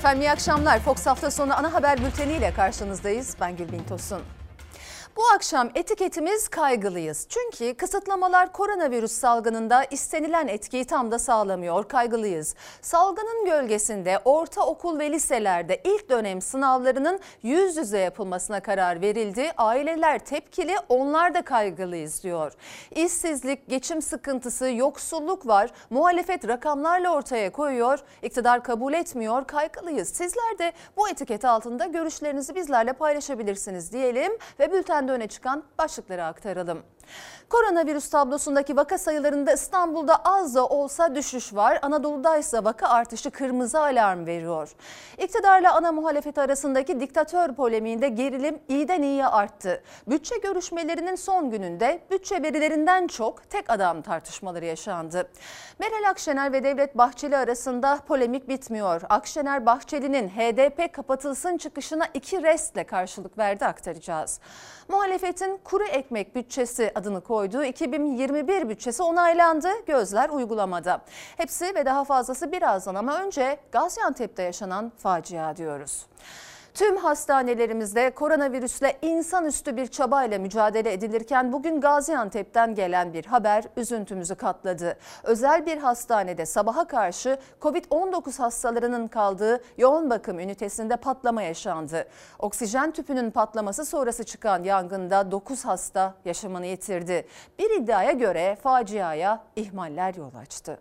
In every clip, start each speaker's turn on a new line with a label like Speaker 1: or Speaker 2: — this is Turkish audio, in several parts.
Speaker 1: Efendim iyi akşamlar. Fox hafta sonu ana haber bülteniyle karşınızdayız. Ben Gülbin Tosun. Bu akşam etiketimiz kaygılıyız. Çünkü kısıtlamalar koronavirüs salgınında istenilen etkiyi tam da sağlamıyor. Kaygılıyız. Salgının gölgesinde ortaokul ve liselerde ilk dönem sınavlarının yüz yüze yapılmasına karar verildi. Aileler tepkili, onlar da kaygılıyız diyor. İşsizlik, geçim sıkıntısı, yoksulluk var. Muhalefet rakamlarla ortaya koyuyor. İktidar kabul etmiyor. Kaygılıyız. Sizler de bu etiket altında görüşlerinizi bizlerle paylaşabilirsiniz diyelim ve bülten öne çıkan başlıkları aktaralım. Koronavirüs tablosundaki vaka sayılarında İstanbul'da az da olsa düşüş var. Anadolu'da ise vaka artışı kırmızı alarm veriyor. İktidarla ana muhalefet arasındaki diktatör polemiğinde gerilim iyiden iyiye arttı. Bütçe görüşmelerinin son gününde bütçe verilerinden çok tek adam tartışmaları yaşandı. Meral Akşener ve Devlet Bahçeli arasında polemik bitmiyor. Akşener Bahçeli'nin HDP kapatılsın çıkışına 2 restle karşılık verdi, aktaracağız. Muhalefetin kuru ekmek bütçesi adını koyduğu 2021 bütçesi onaylandı. Gözler uygulamada. Hepsi ve daha fazlası birazdan ama önce Gaziantep'te yaşanan facia diyoruz. Tüm hastanelerimizde koronavirüsle insanüstü bir çabayla mücadele edilirken bugün Gaziantep'ten gelen bir haber üzüntümüzü katladı. Özel bir hastanede sabaha karşı Covid-19 hastalarının kaldığı yoğun bakım ünitesinde patlama yaşandı. Oksijen tüpünün patlaması sonrası çıkan yangında 9 hasta yaşamını yitirdi. Bir iddiaya göre faciaya ihmaller yol açtı.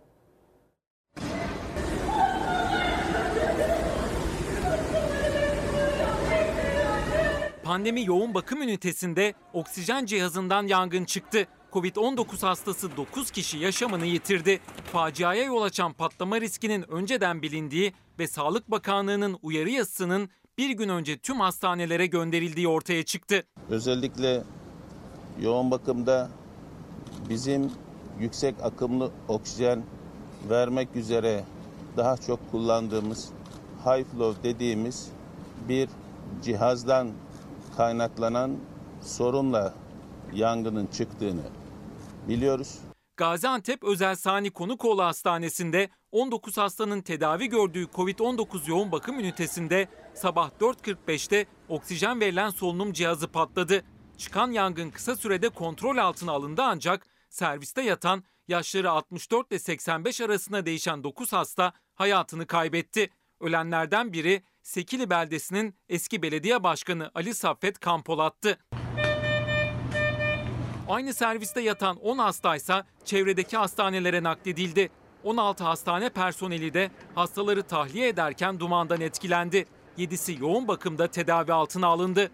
Speaker 2: Pandemi yoğun bakım ünitesinde oksijen cihazından yangın çıktı. Covid-19 hastası 9 kişi yaşamını yitirdi. Faciaya yol açan patlama riskinin önceden bilindiği ve Sağlık Bakanlığı'nın uyarı yazısının bir gün önce tüm hastanelere gönderildiği ortaya çıktı.
Speaker 3: Özellikle yoğun bakımda bizim yüksek akımlı oksijen vermek üzere daha çok kullandığımız high flow dediğimiz bir cihazdan kaynaklanan sorunla yangının çıktığını biliyoruz.
Speaker 2: Gaziantep Özel Sani Konukoğlu Hastanesi'nde 19 hastanın tedavi gördüğü Covid-19 yoğun bakım ünitesinde sabah 4.45'te oksijen verilen solunum cihazı patladı. Çıkan yangın kısa sürede kontrol altına alındı ancak serviste yatan yaşları 64 ile 85 arasında değişen 9 hasta hayatını kaybetti. Ölenlerden biri Sekili beldesinin eski belediye başkanı Ali Saffet Kampolat'tı. Aynı serviste yatan 10 hastaysa çevredeki hastanelere nakledildi. 16 hastane personeli de hastaları tahliye ederken dumandan etkilendi. 7'si yoğun bakımda tedavi altına alındı.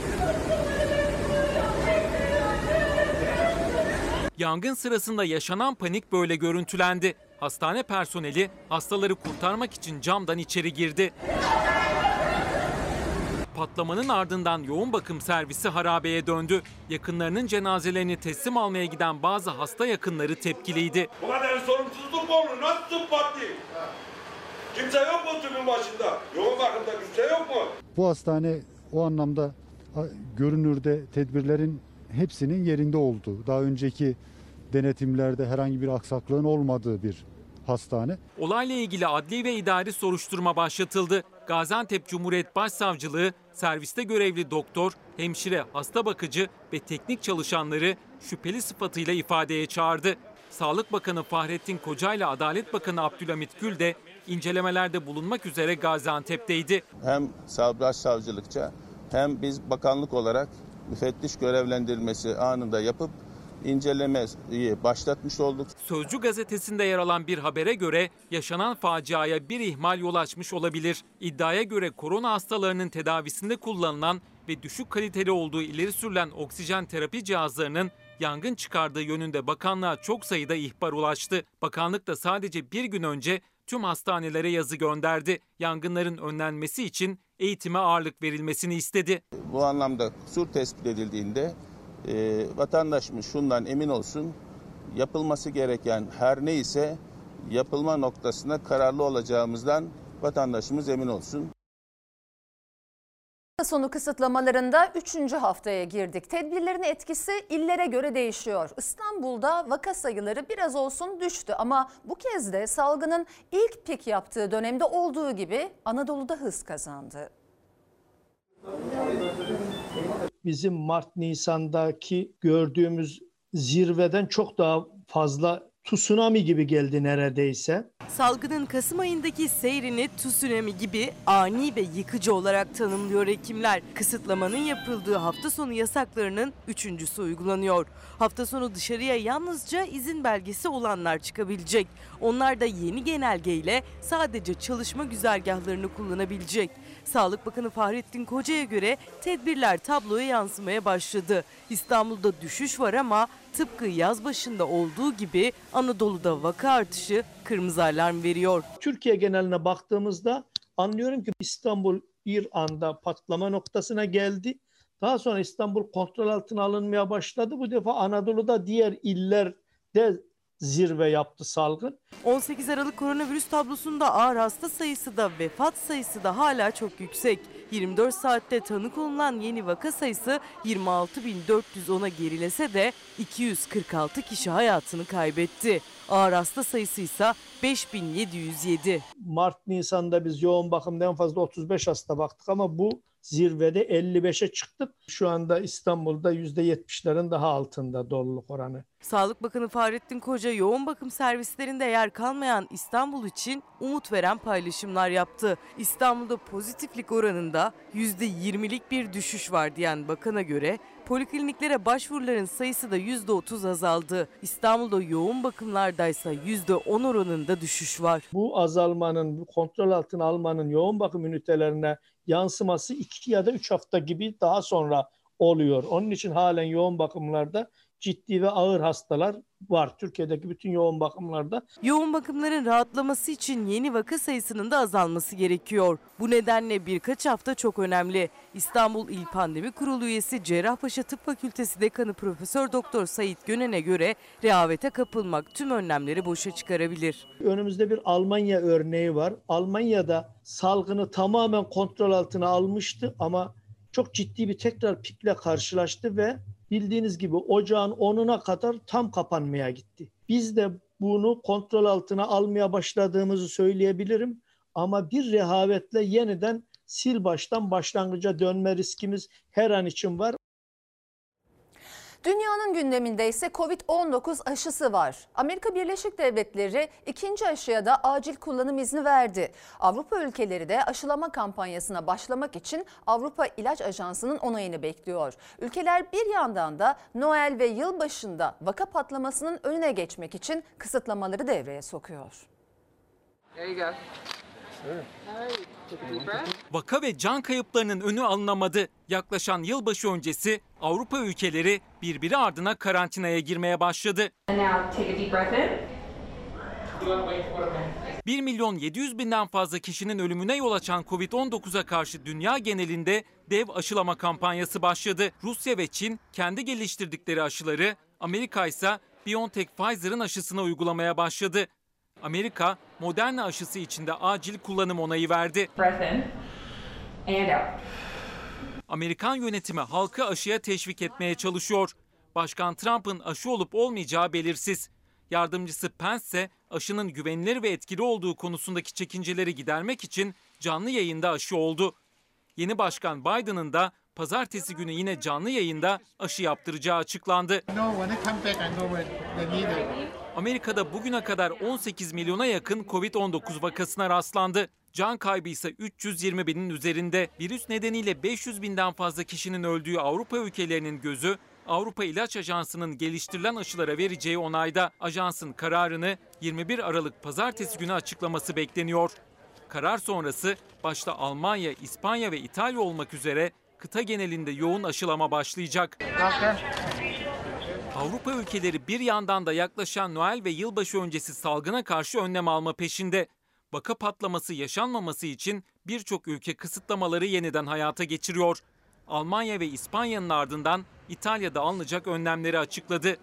Speaker 2: Yangın sırasında yaşanan panik böyle görüntülendi. Hastane personeli hastaları kurtarmak için camdan içeri girdi. Patlamanın ardından yoğun bakım servisi harabeye döndü. Yakınlarının cenazelerini teslim almaya giden bazı hasta yakınları tepkiliydi.
Speaker 4: Bu kadar sorumsuzluk mu olur? Nasıl patlayayım? Kimse yok mu tüpün başında? Yoğun bakımda kimse yok mu?
Speaker 5: Bu hastane o anlamda görünürde tedbirlerin hepsinin yerinde olduğu, daha önceki denetimlerde herhangi bir aksaklığın olmadığı bir hastane.
Speaker 2: Olayla ilgili adli ve idari soruşturma başlatıldı. Gaziantep Cumhuriyet Başsavcılığı serviste görevli doktor, hemşire, hasta bakıcı ve teknik çalışanları şüpheli sıfatıyla ifadeye çağırdı. Sağlık Bakanı Fahrettin Koca ile Adalet Bakanı Abdülhamit Gül de incelemelerde bulunmak üzere Gaziantep'teydi.
Speaker 3: Hem Başsavcılıkça hem biz bakanlık olarak müfettiş görevlendirilmesi anında yapıp incelemeyi başlatmış olduk.
Speaker 2: Sözcü gazetesinde yer alan bir habere göre yaşanan faciaya bir ihmal yol açmış olabilir. İddiaya göre korona hastalarının tedavisinde kullanılan ve düşük kaliteli olduğu ileri sürülen oksijen terapi cihazlarının yangın çıkardığı yönünde bakanlığa çok sayıda ihbar ulaştı. Bakanlık da sadece bir gün önce tüm hastanelere yazı gönderdi. Yangınların önlenmesi için eğitime ağırlık verilmesini istedi.
Speaker 3: Bu anlamda kusur tespit edildiğinde vatandaşımız şundan emin olsun, yapılması gereken her neyse yapılma noktasında kararlı olacağımızdan vatandaşımız emin olsun.
Speaker 1: Hafta sonu kısıtlamalarında 3. haftaya girdik. Tedbirlerin etkisi illere göre değişiyor. İstanbul'da vaka sayıları biraz olsun düştü ama bu kez de salgının ilk pik yaptığı dönemde olduğu gibi Anadolu'da hız kazandı.
Speaker 6: Bizim Mart-Nisan'daki gördüğümüz zirveden çok daha fazla tsunami gibi geldi neredeyse.
Speaker 7: Salgının Kasım ayındaki seyrini tsunami gibi ani ve yıkıcı olarak tanımlıyor hekimler. Kısıtlamanın yapıldığı hafta sonu yasaklarının 3.'sü uygulanıyor. Hafta sonu dışarıya yalnızca izin belgesi olanlar çıkabilecek. Onlar da yeni genelgeyle sadece çalışma güzergahlarını kullanabilecek. Sağlık Bakanı Fahrettin Koca'ya göre tedbirler tabloya yansımaya başladı. İstanbul'da düşüş var ama tıpkı yaz başında olduğu gibi Anadolu'da vaka artışı kırmızı alarm veriyor.
Speaker 6: Türkiye geneline baktığımızda anlıyorum ki İstanbul bir anda patlama noktasına geldi. Daha sonra İstanbul kontrol altına alınmaya başladı. Bu defa Anadolu'da diğer illerde zirve yaptı salgın.
Speaker 7: 18 Aralık koronavirüs tablosunda ağır hasta sayısı da vefat sayısı da hala çok yüksek. 24 saatte tanı konulan yeni vaka sayısı 26.410'a gerilese de 246 kişi hayatını kaybetti. Ağır hasta sayısı ise 5.707.
Speaker 6: Mart-Nisan'da biz yoğun bakımda en fazla 35 hasta baktık ama bu zirvede 55'e çıktık. Şu anda İstanbul'da %70'lerin daha altında doluluk oranı.
Speaker 7: Sağlık Bakanı Fahrettin Koca yoğun bakım servislerinde yer kalmayan İstanbul için umut veren paylaşımlar yaptı. İstanbul'da pozitiflik oranında %20'lik bir düşüş var diyen bakana göre polikliniklere başvuruların sayısı da %30 azaldı. İstanbul'da yoğun bakımlardaysa %10 oranında düşüş var.
Speaker 6: Bu azalmanın, bu kontrol altına almanın yoğun bakım ünitelerine yansıması 2 ya da 3 hafta gibi daha sonra oluyor. Onun için halen yoğun bakımlarda ciddi ve ağır hastalar var. Türkiye'deki bütün yoğun bakımlarda.
Speaker 7: Yoğun bakımların rahatlaması için yeni vaka sayısının da azalması gerekiyor. Bu nedenle birkaç hafta çok önemli. İstanbul İl Pandemi Kurulu üyesi Cerrahpaşa Tıp Fakültesi Dekanı Profesör Doktor Sait Gönen'e göre rehavete kapılmak tüm önlemleri boşa çıkarabilir.
Speaker 6: Önümüzde bir Almanya örneği var. Almanya'da salgını tamamen kontrol altına almıştı ama çok ciddi bir tekrar pikle karşılaştı ve bildiğiniz gibi ocağın 10'una kadar tam kapanmaya gitti. Biz de bunu kontrol altına almaya başladığımızı söyleyebilirim ama bir rehavetle yeniden sil baştan başlangıca dönme riskimiz her an için var.
Speaker 1: Dünyanın gündeminde ise Covid-19 aşısı var. Amerika Birleşik Devletleri ikinci aşıya da acil kullanım izni verdi. Avrupa ülkeleri de aşılama kampanyasına başlamak için Avrupa İlaç Ajansı'nın onayını bekliyor. Ülkeler bir yandan da Noel ve yılbaşında vaka patlamasının önüne geçmek için kısıtlamaları devreye sokuyor.
Speaker 2: Vaka ve can kayıplarının önü alınamadı. Yaklaşan yılbaşı öncesi Avrupa ülkeleri birbiri ardına karantinaya girmeye başladı. 1.700.000'den fazla kişinin ölümüne yol açan Covid-19'a karşı dünya genelinde dev aşılama kampanyası başladı. Rusya ve Çin kendi geliştirdikleri aşıları, Amerika ise BioNTech Pfizer'ın aşısına uygulamaya başladı. Amerika, Moderna aşısı için de acil kullanım onayı verdi. Amerikan yönetimi halkı aşıya teşvik etmeye çalışıyor. Başkan Trump'ın aşı olup olmayacağı belirsiz. Yardımcısı Pence ise aşının güvenilir ve etkili olduğu konusundaki çekinceleri gidermek için canlı yayında aşı oldu. Yeni başkan Biden'ın da pazartesi günü yine canlı yayında aşı yaptıracağı açıklandı. Amerika'da bugüne kadar 18 milyona yakın Covid-19 vakasına rastlandı. Can kaybı ise 320.000'in üzerinde. Virüs nedeniyle 500.000'den fazla kişinin öldüğü Avrupa ülkelerinin gözü Avrupa İlaç Ajansı'nın geliştirilen aşılara vereceği onayda. Ajansın kararını 21 Aralık Pazartesi günü açıklaması bekleniyor. Karar sonrası başta Almanya, İspanya ve İtalya olmak üzere kıta genelinde yoğun aşılama başlayacak. Avrupa ülkeleri bir yandan da yaklaşan Noel ve yılbaşı öncesi salgına karşı önlem alma peşinde. Vaka patlaması yaşanmaması için birçok ülke kısıtlamaları yeniden hayata geçiriyor. Almanya ve İspanya'nın ardından İtalya'da alınacak önlemleri açıkladı.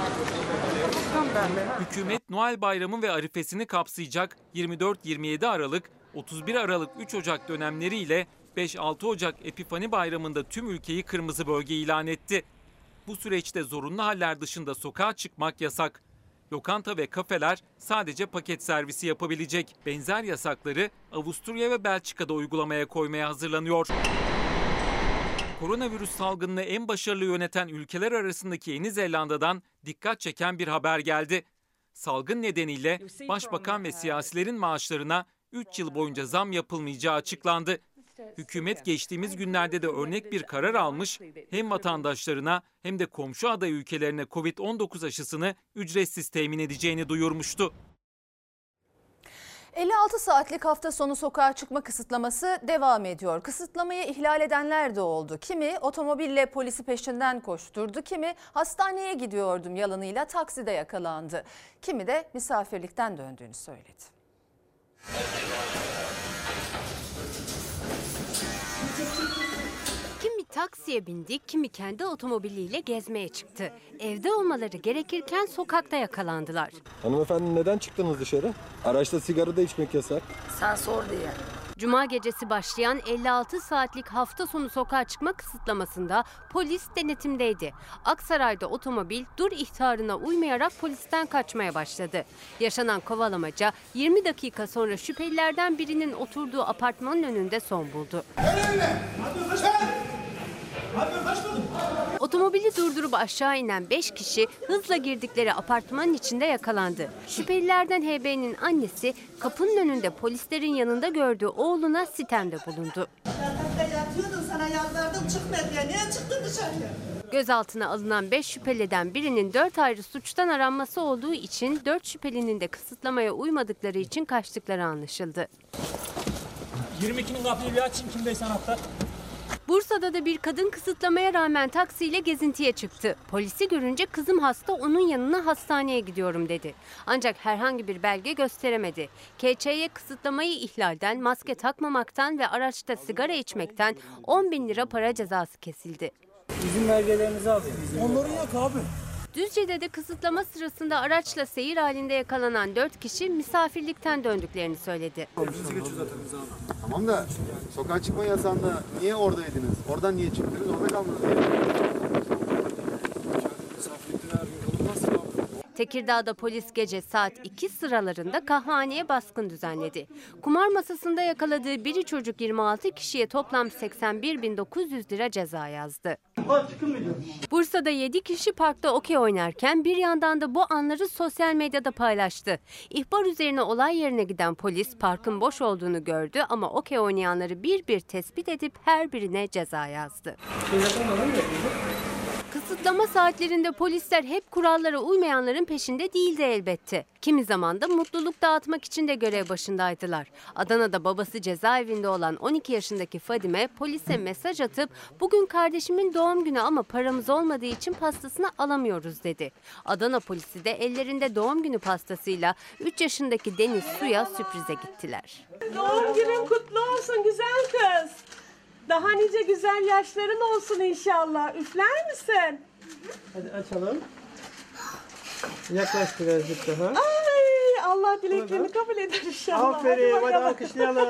Speaker 2: Hükümet Noel Bayramı ve Arifesini kapsayacak 24-27 Aralık, 31 Aralık 3 Ocak dönemleriyle 5-6 Ocak Epifani Bayramı'nda tüm ülkeyi kırmızı bölge ilan etti. Bu süreçte zorunlu haller dışında sokağa çıkmak yasak. Lokanta ve kafeler sadece paket servisi yapabilecek. Benzer yasakları Avusturya ve Belçika'da uygulamaya koymaya hazırlanıyor. Koronavirüs salgınını en başarılı yöneten ülkeler arasındaki Yeni Zelanda'dan dikkat çeken bir haber geldi. Salgın nedeniyle başbakan ve siyasilerin maaşlarına 3 yıl boyunca zam yapılmayacağı açıklandı. Hükümet geçtiğimiz günlerde de örnek bir karar almış, hem vatandaşlarına hem de komşu aday ülkelerine Covid-19 aşısını ücretsiz temin edeceğini duyurmuştu.
Speaker 1: 56 saatlik hafta sonu sokağa çıkma kısıtlaması devam ediyor. Kısıtlamayı ihlal edenler de oldu. Kimi otomobille polisi peşinden koşturdu, kimi hastaneye gidiyordum yalanıyla takside yakalandı. Kimi de misafirlikten döndüğünü söyledi.
Speaker 8: Kimi taksiye bindi, kimi kendi otomobiliyle gezmeye çıktı. Evde olmaları gerekirken sokakta yakalandılar.
Speaker 9: Hanımefendi neden çıktınız dışarı? Araçta sigara da içmek yasak.
Speaker 10: Sen sor diye.
Speaker 8: Cuma gecesi başlayan 56 saatlik hafta sonu sokağa çıkma kısıtlamasında polis denetimdeydi. Aksaray'da otomobil dur ihtarına uymayarak polisten kaçmaya başladı. Yaşanan kovalamaca 20 dakika sonra şüphelilerden birinin oturduğu apartmanın önünde son buldu. Otomobili durdurup aşağı inen 5 kişi hızla girdikleri apartmanın içinde yakalandı. Şüphelilerden HB'nin annesi kapının önünde polislerin yanında gördüğü oğluna sitemde bulundu.
Speaker 10: Yatıyordun, sana yalvardım çıkma diye. Niye çıktın dışarıya?
Speaker 8: Gözaltına alınan 5 şüpheliden birinin 4 ayrı suçtan aranması olduğu için 4 şüphelinin de kısıtlamaya uymadıkları için kaçtıkları anlaşıldı.
Speaker 11: 22'nin kapıyı bir açın kimdeyse anahtar.
Speaker 8: Bursa'da da bir kadın kısıtlamaya rağmen taksiyle gezintiye çıktı. Polisi görünce kızım hasta, onun yanına hastaneye gidiyorum dedi. Ancak herhangi bir belge gösteremedi. KÇ'ye kısıtlamayı ihlalden, maske takmamaktan ve araçta sigara içmekten 10.000 lira para cezası kesildi.
Speaker 11: Bizim belgelerinizi alın. Onların yok abi.
Speaker 8: Düzce'de de kısıtlama sırasında araçla seyir halinde yakalanan 4 kişi misafirlikten döndüklerini söyledi.
Speaker 9: Tamam da sokağa çıkma yasağında niye oradaydınız? Oradan niye çıktınız? Orada kaldınız.
Speaker 8: Tekirdağ'da polis gece saat 2 sıralarında kahvehaneye baskın düzenledi. Kumar masasında yakaladığı biri çocuk 26 kişiye toplam 81.900 lira ceza yazdı. Bursa'da 7 kişi parkta okey oynarken bir yandan da bu anları sosyal medyada paylaştı. İhbar üzerine olay yerine giden polis parkın boş olduğunu gördü ama okey oynayanları bir bir tespit edip her birine ceza yazdı. Kısıtlama saatlerinde polisler hep kurallara uymayanların peşinde değildi elbette. Kimi zaman da mutluluk dağıtmak için de görev başındaydılar. Adana'da babası cezaevinde olan 12 yaşındaki Fadime polise mesaj atıp "Bugün kardeşimin doğum günü ama paramız olmadığı için pastasını alamıyoruz" dedi. Adana polisi de ellerinde doğum günü pastasıyla 3 yaşındaki Deniz Su'ya sürprize gittiler.
Speaker 12: Doğum günün kutlu olsun güzel kız. Daha nice güzel yaşların olsun inşallah. Üfler misin?
Speaker 6: Hadi açalım. Yaklaş birazcık daha.
Speaker 12: Ay Allah dileklerini kabul eder inşallah.
Speaker 6: Aferin, hadi alkışlayalım.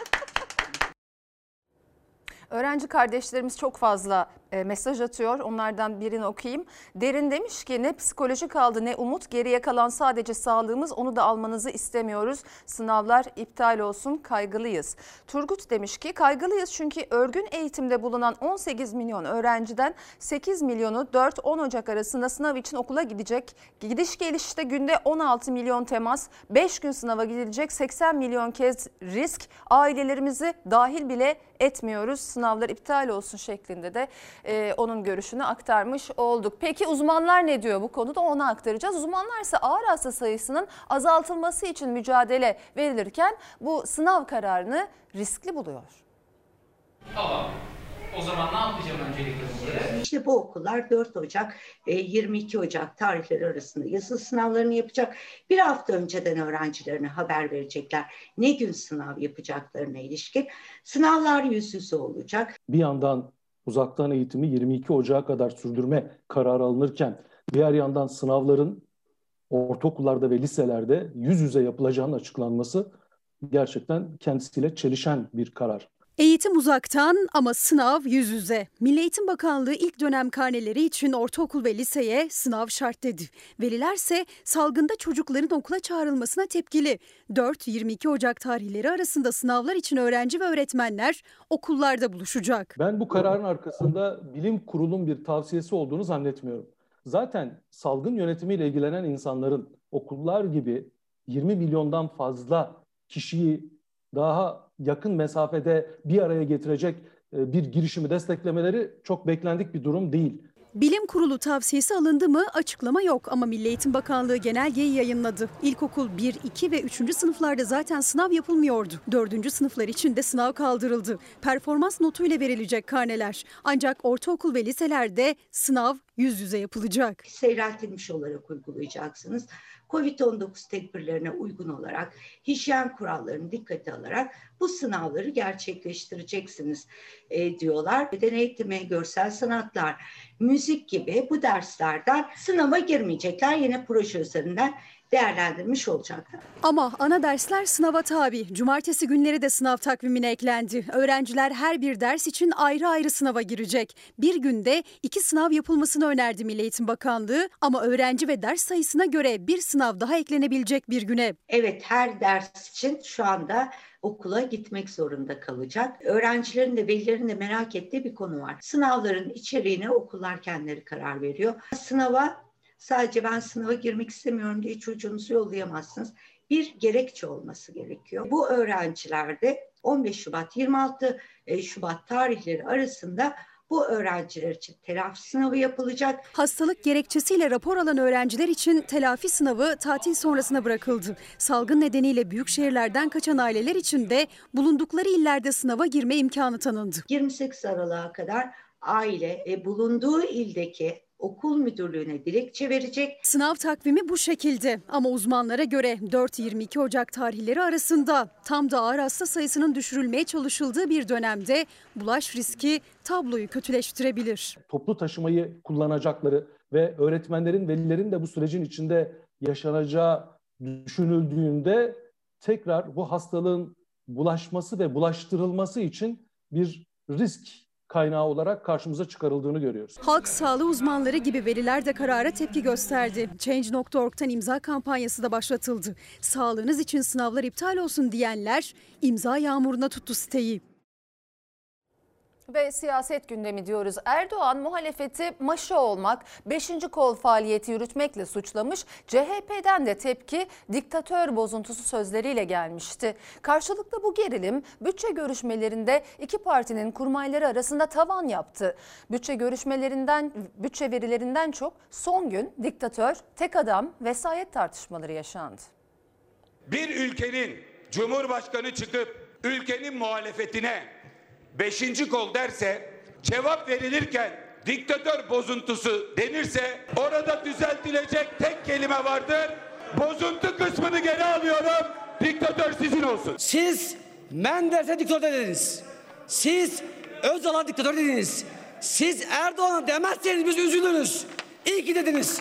Speaker 1: Öğrenci kardeşlerimiz çok fazla mesaj atıyor. Onlardan birini okuyayım. Derin demiş ki ne psikoloji kaldı ne umut. Geriye kalan sadece sağlığımız. Onu da almanızı istemiyoruz. Sınavlar iptal olsun. Kaygılıyız. Turgut demiş ki kaygılıyız çünkü örgün eğitimde bulunan 18 milyon öğrenciden 8 milyonu 4-10 Ocak arasında sınav için okula gidecek. Gidiş gelişte günde 16 milyon temas. 5 gün sınava gidilecek. 80 milyon kez risk. Ailelerimizi dahil bile etmiyoruz. Sınavlar iptal olsun şeklinde de onun görüşünü aktarmış olduk. Peki uzmanlar ne diyor bu konuda, onu aktaracağız. Uzmanlar ise ağır hasta sayısının azaltılması için mücadele verilirken bu sınav kararını riskli buluyor.
Speaker 13: Tamam. O zaman ne yapacağım öncelikle bunları?
Speaker 14: İşte bu okullar 4 Ocak 22 Ocak tarihleri arasında yazılı sınavlarını yapacak. Bir hafta önceden öğrencilerine haber verecekler ne gün sınav yapacaklarına ilişkin. Sınavlar yüz yüze olacak.
Speaker 15: Bir yandan uzaktan eğitimi 22 Ocak'a kadar sürdürme kararı alınırken diğer yandan sınavların ortaokullarda ve liselerde yüz yüze yapılacağının açıklanması gerçekten kendisiyle çelişen bir karar.
Speaker 16: Eğitim uzaktan ama sınav yüz yüze. Milli Eğitim Bakanlığı ilk dönem karneleri için ortaokul ve liseye sınav şart dedi. Velilerse salgında çocukların okula çağrılmasına tepkili. 4-22 Ocak tarihleri arasında sınavlar için öğrenci ve öğretmenler okullarda buluşacak.
Speaker 15: Ben bu kararın arkasında bilim kurulunun bir tavsiyesi olduğunu zannetmiyorum. Zaten salgın yönetimiyle ilgilenen insanların okullar gibi 20 milyondan fazla kişiyi daha yakın mesafede bir araya getirecek bir girişimi desteklemeleri çok beklendik bir durum değil.
Speaker 16: Bilim Kurulu tavsiyesi alındı mı açıklama yok ama Milli Eğitim Bakanlığı genelgeyi yayınladı. İlkokul 1, 2 ve 3. sınıflarda zaten sınav yapılmıyordu. 4. sınıflar için de sınav kaldırıldı. Performans notuyla verilecek karneler. Ancak ortaokul ve liselerde sınav yüz yüze yapılacak.
Speaker 14: Seyreltilmiş olarak uygulayacaksınız. Covid-19 tedbirlerine uygun olarak, hijyen kurallarını dikkate alarak bu sınavları gerçekleştireceksiniz diyorlar. Beden eğitimi, görsel sanatlar, müzik gibi bu derslerden sınava girmeyecekler. Yine proje üzerinden değerlendirmiş olacaklar.
Speaker 16: Ama ana dersler sınava tabi. Cumartesi günleri de sınav takvimine eklendi. Öğrenciler her bir ders için ayrı ayrı sınava girecek. Bir günde 2 sınav yapılmasını önerdi Milli Eğitim Bakanlığı ama öğrenci ve ders sayısına göre bir sınav daha eklenebilecek bir güne.
Speaker 14: Evet, her ders için şu anda okula gitmek zorunda kalacak. Öğrencilerin de velilerin de merak ettiği bir konu var. Sınavların içeriğine okullar kendileri karar veriyor. Sadece ben sınava girmek istemiyorum diye çocuğunuzu yollayamazsınız. Bir gerekçe olması gerekiyor. Bu öğrencilerde 15 Şubat 26 Şubat tarihleri arasında bu öğrenciler için telafi sınavı yapılacak.
Speaker 16: Hastalık gerekçesiyle rapor alan öğrenciler için telafi sınavı tatil sonrasına bırakıldı. Salgın nedeniyle büyük şehirlerden kaçan aileler için de bulundukları illerde sınava girme imkanı tanındı.
Speaker 14: 28 Aralık'a kadar aile bulunduğu ildeki okul müdürlüğüne dilekçe verecek.
Speaker 16: Sınav takvimi bu şekilde ama uzmanlara göre 4-22 Ocak tarihleri arasında tam da ağır hasta sayısının düşürülmeye çalışıldığı bir dönemde bulaş riski tabloyu kötüleştirebilir.
Speaker 15: Toplu taşımayı kullanacakları ve öğretmenlerin, velilerin de bu sürecin içinde yaşanacağı düşünüldüğünde tekrar bu hastalığın bulaşması ve bulaştırılması için bir risk kaynağı olarak karşımıza çıkarıldığını görüyoruz.
Speaker 16: Halk sağlığı uzmanları gibi veliler de karara tepki gösterdi. Change.org'tan imza kampanyası da başlatıldı. Sağlığınız için sınavlar iptal olsun diyenler imza yağmuruna tuttu siteyi.
Speaker 1: Ve siyaset gündemi diyoruz. Erdoğan muhalefeti maşa olmak, 5. kol faaliyeti yürütmekle suçlamış. CHP'den de tepki diktatör bozuntusu sözleriyle gelmişti. Karşılıklı bu gerilim bütçe görüşmelerinde iki partinin kurmayları arasında tavan yaptı. Bütçe verilerinden çok son gün diktatör, tek adam, vesayet tartışmaları yaşandı.
Speaker 4: Bir ülkenin Cumhurbaşkanı çıkıp ülkenin muhalefetine 5. kol derse, cevap verilirken diktatör bozuntusu denirse orada düzeltilecek tek kelime vardır. Bozuntu kısmını geri alıyorum. Diktatör sizin olsun.
Speaker 17: Siz Menderes'e diktatör dediniz. Siz Özal'a diktatör dediniz. Siz Erdoğan'a demezseniz biz üzülürüz. İyi ki dediniz.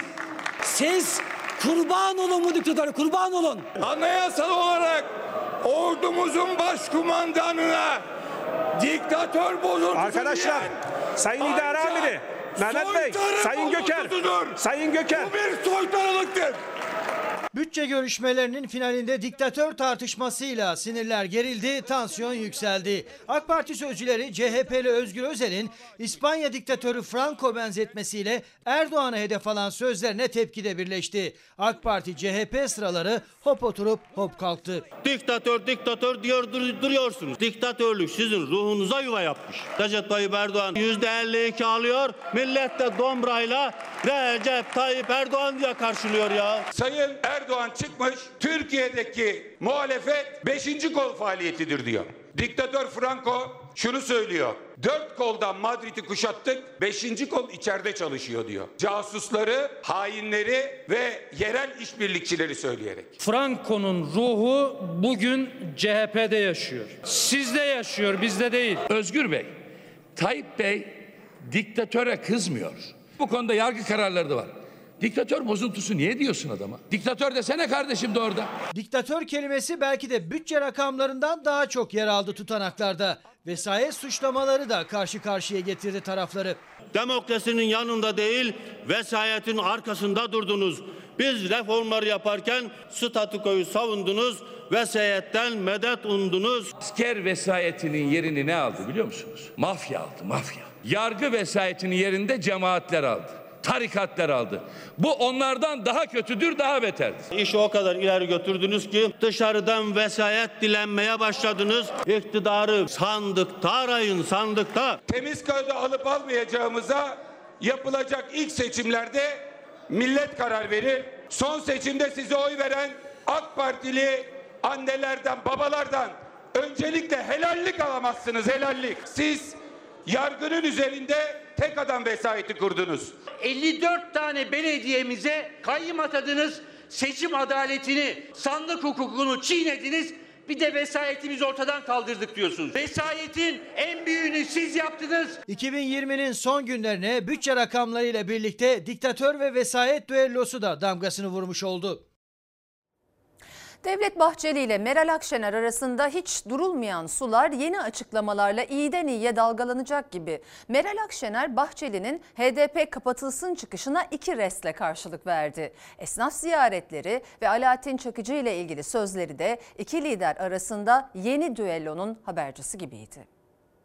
Speaker 17: Siz kurban olun bu diktatörü, kurban olun.
Speaker 4: Anayasal olarak ordumuzun başkumandanına diktatör bozuntusu
Speaker 18: arkadaşlar, Sayın İdare Amiri, Mehmet Bey, Sayın Göker, Sayın Göker.
Speaker 4: Bu bir soytarılıktır.
Speaker 19: Bütçe görüşmelerinin finalinde diktatör tartışmasıyla sinirler gerildi, tansiyon yükseldi. AK Parti sözcüleri CHP'li Özgür Özel'in İspanya diktatörü Franco benzetmesiyle Erdoğan'a hedef alan sözlerine tepkide birleşti. AK Parti CHP sıraları hop oturup hop kalktı.
Speaker 20: Diktatör diktatör diyor duruyorsunuz. Diktatörlük sizin ruhunuza yuva yapmış. Recep Tayyip Erdoğan %52 alıyor. Millet de dombrayla Recep Tayyip Erdoğan diye karşılıyor ya.
Speaker 4: Sayın Erdoğan çıkmış, Türkiye'deki muhalefet 5. kol faaliyetidir diyor. Diktatör Franco şunu söylüyor. 4 koldan Madrid'i kuşattık, 5. kol içeride çalışıyor diyor. Casusları, hainleri ve yerel işbirlikçileri söyleyerek.
Speaker 21: Franco'nun ruhu bugün CHP'de yaşıyor. Sizde yaşıyor, bizde değil.
Speaker 22: Özgür Bey, Tayyip Bey diktatöre kızmıyor. Bu konuda yargı kararları da var. Diktatör bozuntusu niye diyorsun adama? Diktatör desene kardeşim de orada.
Speaker 19: Diktatör kelimesi belki de bütçe rakamlarından daha çok yer aldı tutanaklarda. vesayet suçlamaları da karşı karşıya getirdi tarafları.
Speaker 20: Demokrasinin yanında değil, vesayetin arkasında durdunuz. Biz reformları yaparken statükoyu savundunuz, vesayetten medet umdunuz.
Speaker 22: Asker vesayetinin yerini ne aldı biliyor musunuz? Mafya aldı, mafya. Yargı vesayetinin yerinde cemaatler aldı. Tarikatlar aldı. Bu onlardan daha kötüdür, daha beterdir.
Speaker 20: İşi o kadar ileri götürdünüz ki dışarıdan vesayet dilenmeye başladınız. İktidarı sandıkta arayın, sandıkta.
Speaker 4: Temiz kağıdı alıp almayacağımıza yapılacak ilk seçimlerde millet karar verir. Son seçimde size oy veren AK Partili annelerden, babalardan öncelikle helallik alamazsınız, helallik. Siz yargının üzerinde tek adam vesayeti kurdunuz.
Speaker 3: 54 tane belediyemize kayyım atadınız, seçim adaletini, sandık hukukunu çiğnediniz, bir de vesayetimizi ortadan kaldırdık diyorsunuz. Vesayetin en büyüğünü siz yaptınız.
Speaker 19: 2020'nin son günlerine bütçe rakamlarıyla birlikte diktatör ve vesayet düellosu da damgasını vurmuş oldu.
Speaker 1: Devlet Bahçeli ile Meral Akşener arasında hiç durulmayan sular yeni açıklamalarla iyiden iyiye dalgalanacak gibi. Meral Akşener, Bahçeli'nin HDP kapatılsın çıkışına 2 restle karşılık verdi. Esnaf ziyaretleri ve Alaaddin Çakıcı ile ilgili sözleri de iki lider arasında yeni düellonun habercisi gibiydi.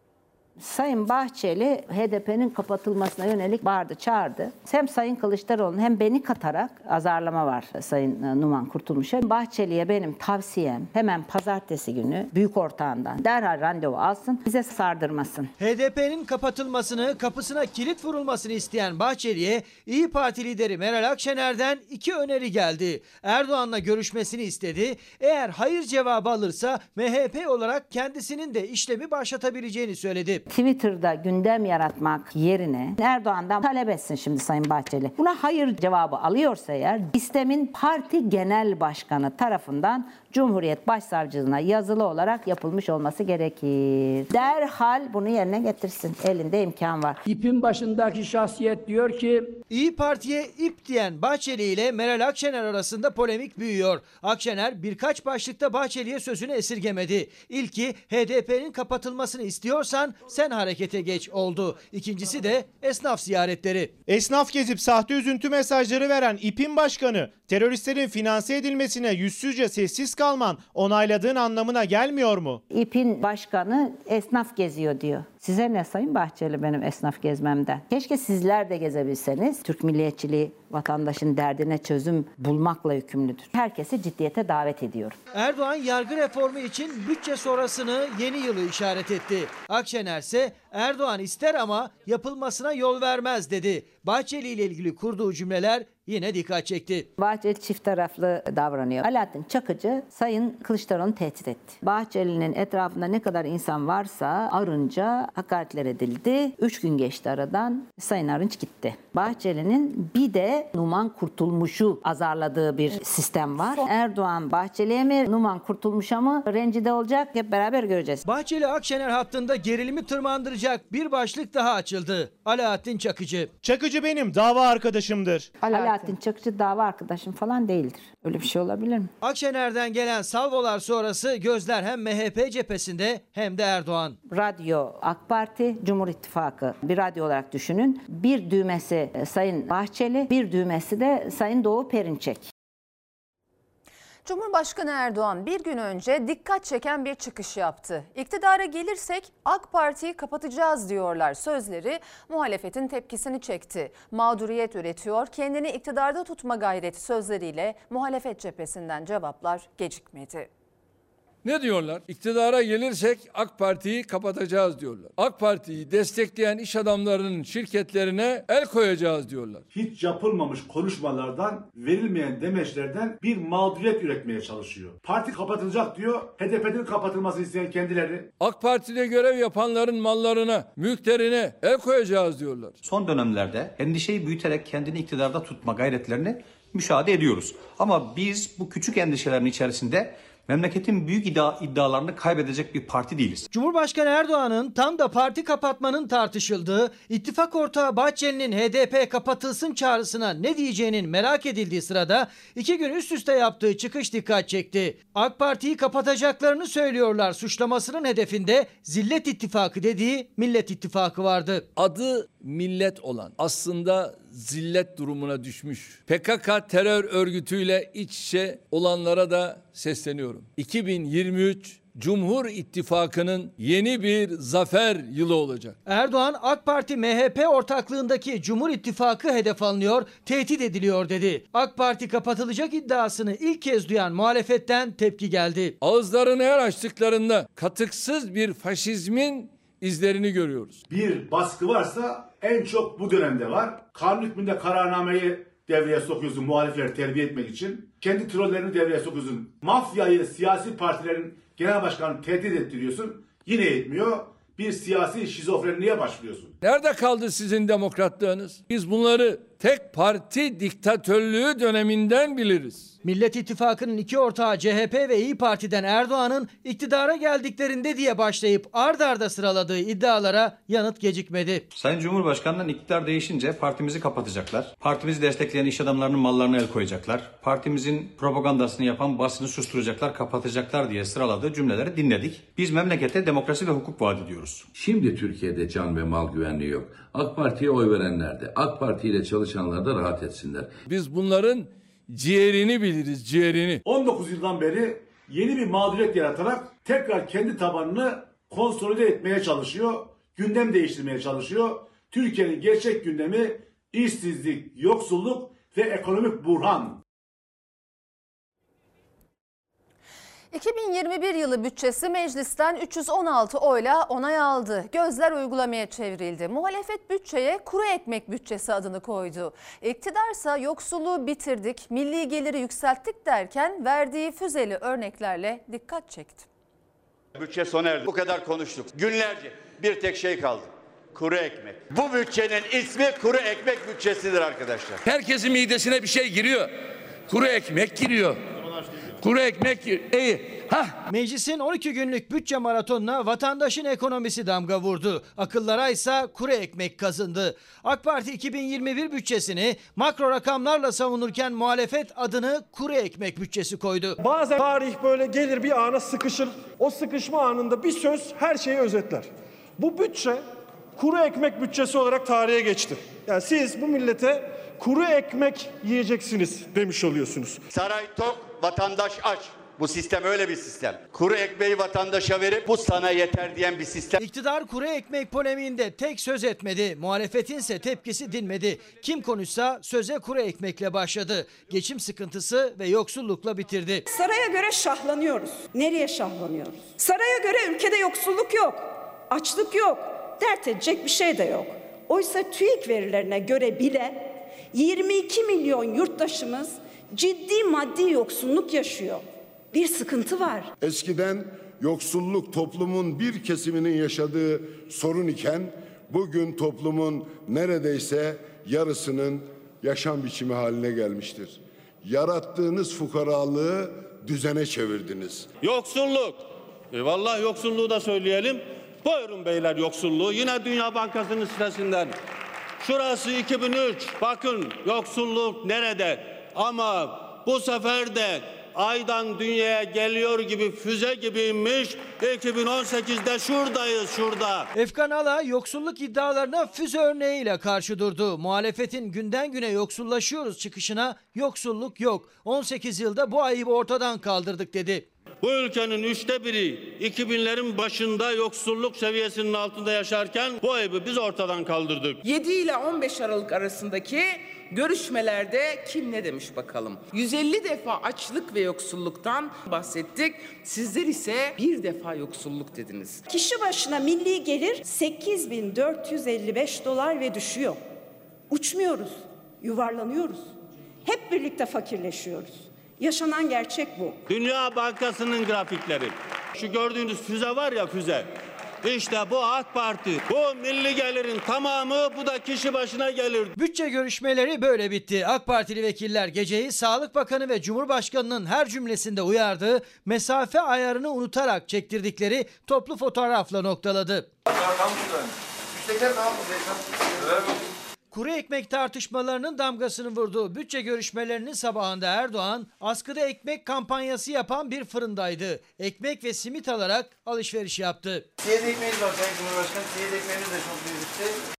Speaker 5: Sayın Bahçeli HDP'nin kapatılmasına yönelik bağırdı, çağırdı. Hem Sayın Kılıçdaroğlu'nun hem beni katarak azarlama var Sayın Numan Kurtulmuş'a. Bahçeli'ye benim tavsiyem hemen pazartesi günü büyük ortağından derhal randevu alsın, bize sardırmasın.
Speaker 19: HDP'nin kapatılmasını, kapısına kilit vurulmasını isteyen Bahçeli'ye İYİ Parti lideri Meral Akşener'den 2 öneri geldi. Erdoğan'la görüşmesini istedi. Eğer hayır cevabı alırsa MHP olarak kendisinin de işlemi başlatabileceğini söyledi.
Speaker 5: Twitter'da gündem yaratmak yerine Erdoğan'dan talep etsin şimdi Sayın Bahçeli. Buna hayır cevabı alıyorsa eğer sistemin parti genel başkanı tarafından Cumhuriyet Başsavcılığına yazılı olarak yapılmış olması gerekir. Derhal bunu yerine getirsin. Elinde imkan var.
Speaker 23: İpin başındaki şahsiyet diyor ki
Speaker 19: İYİ Parti'ye ip diyen Bahçeli ile Meral Akşener arasında polemik büyüyor. Akşener birkaç başlıkta Bahçeli'ye sözünü esirgemedi. İlki HDP'nin kapatılmasını istiyorsan sen harekete geç oldu. İkincisi de esnaf ziyaretleri.
Speaker 24: Esnaf gezip sahte üzüntü mesajları veren İP'in başkanı teröristlerin finanse edilmesine yüzsüzce sessiz kalman onayladığın anlamına gelmiyor mu?
Speaker 5: İP'in başkanı esnaf geziyor diyor. Size ne Sayın Bahçeli benim esnaf gezmemden? Keşke sizler de gezebilseniz. Türk milliyetçiliği vatandaşın derdine çözüm bulmakla yükümlüdür. Herkesi ciddiyete davet ediyorum.
Speaker 19: Erdoğan yargı reformu için bütçe sonrasını yeni yılı işaret etti. Akşener ise Erdoğan ister ama yapılmasına yol vermez dedi. Bahçeli ile ilgili kurduğu cümleler yine dikkat çekti.
Speaker 5: Bahçeli çift taraflı davranıyor. Alaaddin Çakıcı Sayın Kılıçdaroğlu'nu tehdit etti. Bahçeli'nin etrafında ne kadar insan varsa Arınç'a hakaretler edildi. 3 gün geçti aradan. Sayın Arınç gitti. Bahçeli'nin bir de Numan Kurtulmuş'u azarladığı bir sistem var. Erdoğan Bahçeli'ye mi Numan Kurtulmuş'a mı rencide olacak? Hep beraber göreceğiz.
Speaker 19: Bahçeli Akşener hattında gerilimi tırmandıracak bir başlık daha açıldı. Alaaddin Çakıcı.
Speaker 24: Çakıcı benim dava arkadaşımdır.
Speaker 5: Alaaddin Çakıcı dava arkadaşım falan değildir. Öyle bir şey olabilir mi?
Speaker 19: Akşener'den gelen salvolar sonrası gözler hem MHP cephesinde hem de Erdoğan.
Speaker 5: Radyo AK Parti, Cumhur İttifakı bir radyo olarak düşünün. Bir düğmesi Sayın Bahçeli, bir düğmesi de Sayın Doğu Perinçek.
Speaker 1: Cumhurbaşkanı Erdoğan bir gün önce dikkat çeken bir çıkış yaptı. İktidara gelirsek AK Parti'yi kapatacağız diyorlar sözleri muhalefetin tepkisini çekti. Mağduriyet üretiyor, kendini iktidarda tutma gayreti sözleriyle muhalefet cephesinden cevaplar gecikmedi.
Speaker 25: Ne diyorlar? İktidara gelirsek AK Parti'yi kapatacağız diyorlar. AK Parti'yi destekleyen iş adamlarının şirketlerine el koyacağız diyorlar.
Speaker 26: Hiç yapılmamış konuşmalardan, verilmeyen demeçlerden bir mağduriyet üretmeye çalışıyor. Parti kapatılacak diyor, HDP'nin kapatılmasını isteyen kendileri.
Speaker 25: AK Parti'de görev yapanların mallarına, mülklerine el koyacağız diyorlar.
Speaker 27: Son dönemlerde endişeyi büyüterek kendini iktidarda tutma gayretlerini müşahede ediyoruz. Ama biz bu küçük endişelerin içerisinde Memleketin büyük iddialarını kaybedecek bir parti değiliz.
Speaker 19: Cumhurbaşkanı Erdoğan'ın tam da parti kapatmanın tartışıldığı, ittifak ortağı Bahçeli'nin HDP kapatılsın çağrısına ne diyeceğinin merak edildiği sırada 2 gün üst üste yaptığı çıkış dikkat çekti. AK Parti'yi kapatacaklarını söylüyorlar suçlamasının hedefinde Zillet İttifakı dediği Millet İttifakı vardı.
Speaker 25: Adı millet olan aslında zillet durumuna düşmüş PKK terör örgütüyle iç içe olanlara da sesleniyorum. 2023 Cumhur İttifakı'nın yeni bir zafer yılı olacak.
Speaker 19: Erdoğan AK Parti MHP ortaklığındaki Cumhur İttifakı hedef alınıyor, tehdit ediliyor dedi. AK Parti kapatılacak iddiasını ilk kez duyan muhalefetten tepki geldi.
Speaker 25: Ağızlarını her açtıklarında katıksız bir faşizmin izlerini görüyoruz.
Speaker 26: Bir baskı varsa en çok bu dönemde var. Kanun hükmünde kararnameyi devreye sokuyorsun muhalifleri terbiye etmek için. Kendi trollerini devreye sokuyorsun. Mafyayı siyasi partilerin genel başkanını tehdit ettiriyorsun. Yine yetmiyor. Bir siyasi şizofrenliğe başlıyorsun.
Speaker 25: Nerede kaldı sizin demokratlığınız? Biz bunları tek parti diktatörlüğü döneminden biliriz.
Speaker 19: Millet İttifakı'nın iki ortağı CHP ve İYİ Parti'den Erdoğan'ın iktidara geldiklerinde diye başlayıp ard arda sıraladığı iddialara yanıt gecikmedi.
Speaker 27: Sayın Cumhurbaşkanı'nın iktidar değişince partimizi kapatacaklar. Partimizi destekleyen iş adamlarının mallarına el koyacaklar. Partimizin propagandasını yapan basını susturacaklar, kapatacaklar diye sıraladığı cümleleri dinledik. Biz memlekete demokrasi ve hukuk vaat ediyoruz.
Speaker 22: Şimdi Türkiye'de can ve mal güvenliği yok. AK Parti'ye oy verenler de, AK Parti ile çalışanlar da rahat etsinler.
Speaker 25: Biz bunların ciğerini biliriz, ciğerini.
Speaker 26: 19 yıldan beri yeni bir mağduriyet yaratarak tekrar kendi tabanını konsolide etmeye çalışıyor. Gündem değiştirmeye çalışıyor. Türkiye'nin gerçek gündemi işsizlik, yoksulluk ve ekonomik buhran.
Speaker 1: 2021 yılı bütçesi meclisten 316 oyla onay aldı. Gözler uygulamaya çevrildi. Muhalefet bütçeye kuru ekmek bütçesi adını koydu. İktidarsa yoksulluğu bitirdik, milli geliri yükselttik derken verdiği füzeli örneklerle dikkat çekti.
Speaker 3: Bütçe sona erdi. Bu kadar konuştuk. Günlerce bir tek şey kaldı. Kuru ekmek. Bu bütçenin ismi kuru ekmek bütçesidir arkadaşlar.
Speaker 22: Herkesin midesine bir şey giriyor. Kuru ekmek giriyor. Kuru ekmek
Speaker 19: Meclisin 12 günlük bütçe maratonuna vatandaşın ekonomisi damga vurdu. Akıllara ise kuru ekmek kazındı. AK Parti 2021 bütçesini makro rakamlarla savunurken muhalefet adını kuru ekmek bütçesi koydu.
Speaker 18: Bazen tarih böyle gelir bir ana sıkışır. O sıkışma anında bir söz her şeyi özetler. Bu bütçe kuru ekmek bütçesi olarak tarihe geçti. Yani siz bu millete kuru ekmek yiyeceksiniz demiş oluyorsunuz.
Speaker 3: Saray tok, vatandaş aç. Bu sistem öyle bir sistem. Kuru ekmeği vatandaşa verip bu sana yeter diyen bir sistem.
Speaker 19: İktidar kuru ekmek polemiğinde tek söz etmedi. Muhalefetinse tepkisi dinmedi. Kim konuşsa söze kuru ekmekle başladı. Geçim sıkıntısı ve yoksullukla bitirdi.
Speaker 2: Saraya göre şahlanıyoruz. Nereye şahlanıyoruz? Saraya göre ülkede yoksulluk yok. Açlık yok. Dert edecek bir şey de yok. Oysa TÜİK verilerine göre bile 22 milyon yurttaşımız ciddi maddi yoksulluk yaşıyor. Bir sıkıntı var.
Speaker 7: Eskiden yoksulluk toplumun bir kesiminin yaşadığı sorun iken bugün toplumun neredeyse yarısının yaşam biçimi haline gelmiştir. Yarattığınız fukaralığı düzene çevirdiniz.
Speaker 20: Yoksulluk. Vallahi yoksulluğu da söyleyelim. Buyurun beyler yoksulluğu. Yine Dünya Bankası'nın sitesinden. Şurası 2003. Bakın yoksulluk nerede? Ama bu sefer de aydan dünyaya geliyor gibi füze gibiymiş. 2018'de şuradayız, şurada.
Speaker 19: Efkan Ala yoksulluk iddialarına füze örneğiyle karşı durdu. Muhalefetin günden güne yoksullaşıyoruz çıkışına yoksulluk yok. 18 yılda bu ayıbı ortadan kaldırdık dedi.
Speaker 20: Bu ülkenin 1/3'ü 2000'lerin başında yoksulluk seviyesinin altında yaşarken bu ayıbı biz ortadan kaldırdık.
Speaker 8: 7 ile 15 Aralık arasındaki görüşmelerde kim ne demiş bakalım. 150 defa açlık ve yoksulluktan bahsettik. Sizler ise bir defa yoksulluk dediniz.
Speaker 2: Kişi başına milli gelir 8.455 dolar ve düşüyor. Uçmuyoruz, yuvarlanıyoruz. Hep birlikte fakirleşiyoruz. Yaşanan gerçek bu.
Speaker 20: Dünya Bankası'nın grafikleri. Şu gördüğünüz füze var ya füze. İşte bu AK Parti. Bu milli gelirin tamamı bu da kişi başına gelir.
Speaker 19: Bütçe görüşmeleri böyle bitti. AK Partili vekiller geceyi Sağlık Bakanı ve Cumhurbaşkanı'nın her cümlesinde uyardığı mesafe ayarını unutarak çektirdikleri toplu fotoğrafla noktaladı. Kuru ekmek tartışmalarının damgasını vurduğu bütçe görüşmelerinin sabahında Erdoğan askıda ekmek kampanyası yapan bir fırındaydı. Ekmek ve simit alarak alışveriş yaptı.
Speaker 6: Siyez ekmeğimiz var Sayın Cumhurbaşkanı. Siyez ekmeğimiz de çok büyüktü.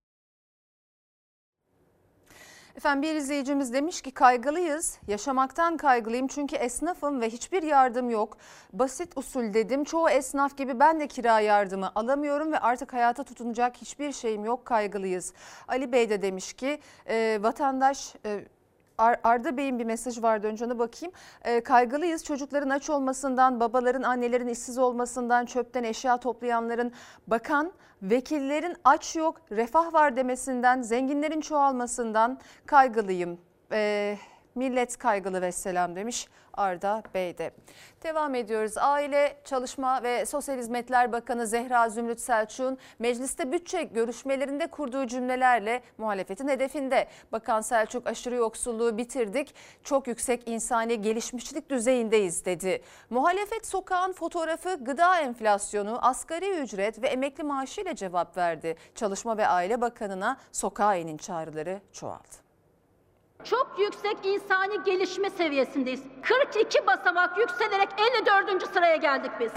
Speaker 1: Efendim bir izleyicimiz demiş ki kaygılıyız. Yaşamaktan kaygılıyım çünkü esnafım ve hiçbir yardım yok. Basit usul dedim. Çoğu esnaf gibi ben de kira yardımı alamıyorum ve artık hayata tutunacak hiçbir şeyim yok. Kaygılıyız. Ali Bey de demiş ki vatandaş... Arda Bey'in bir mesajı vardı, önce ona bakayım. Kaygılıyız çocukların aç olmasından, babaların, annelerin işsiz olmasından, çöpten eşya toplayanların, bakan, vekillerin aç yok, refah var demesinden, zenginlerin çoğalmasından kaygılıyım. Millet kaygılı vesselam demiş Arda Bey de. Devam ediyoruz. Aile, Çalışma ve Sosyal Hizmetler Bakanı Zehra Zümrüt Selçuk'un mecliste bütçe görüşmelerinde kurduğu cümlelerle muhalefetin hedefinde. Bakan Selçuk aşırı yoksulluğu bitirdik, çok yüksek insani gelişmişlik düzeyindeyiz dedi. Muhalefet sokağın fotoğrafı gıda enflasyonu, asgari ücret ve emekli maaşı ile cevap verdi. Çalışma ve Aile Bakanı'na sokağa inin çağrıları çoğaldı.
Speaker 9: Çok yüksek insani gelişme seviyesindeyiz. 42 basamak yükselerek 54. sıraya geldik biz.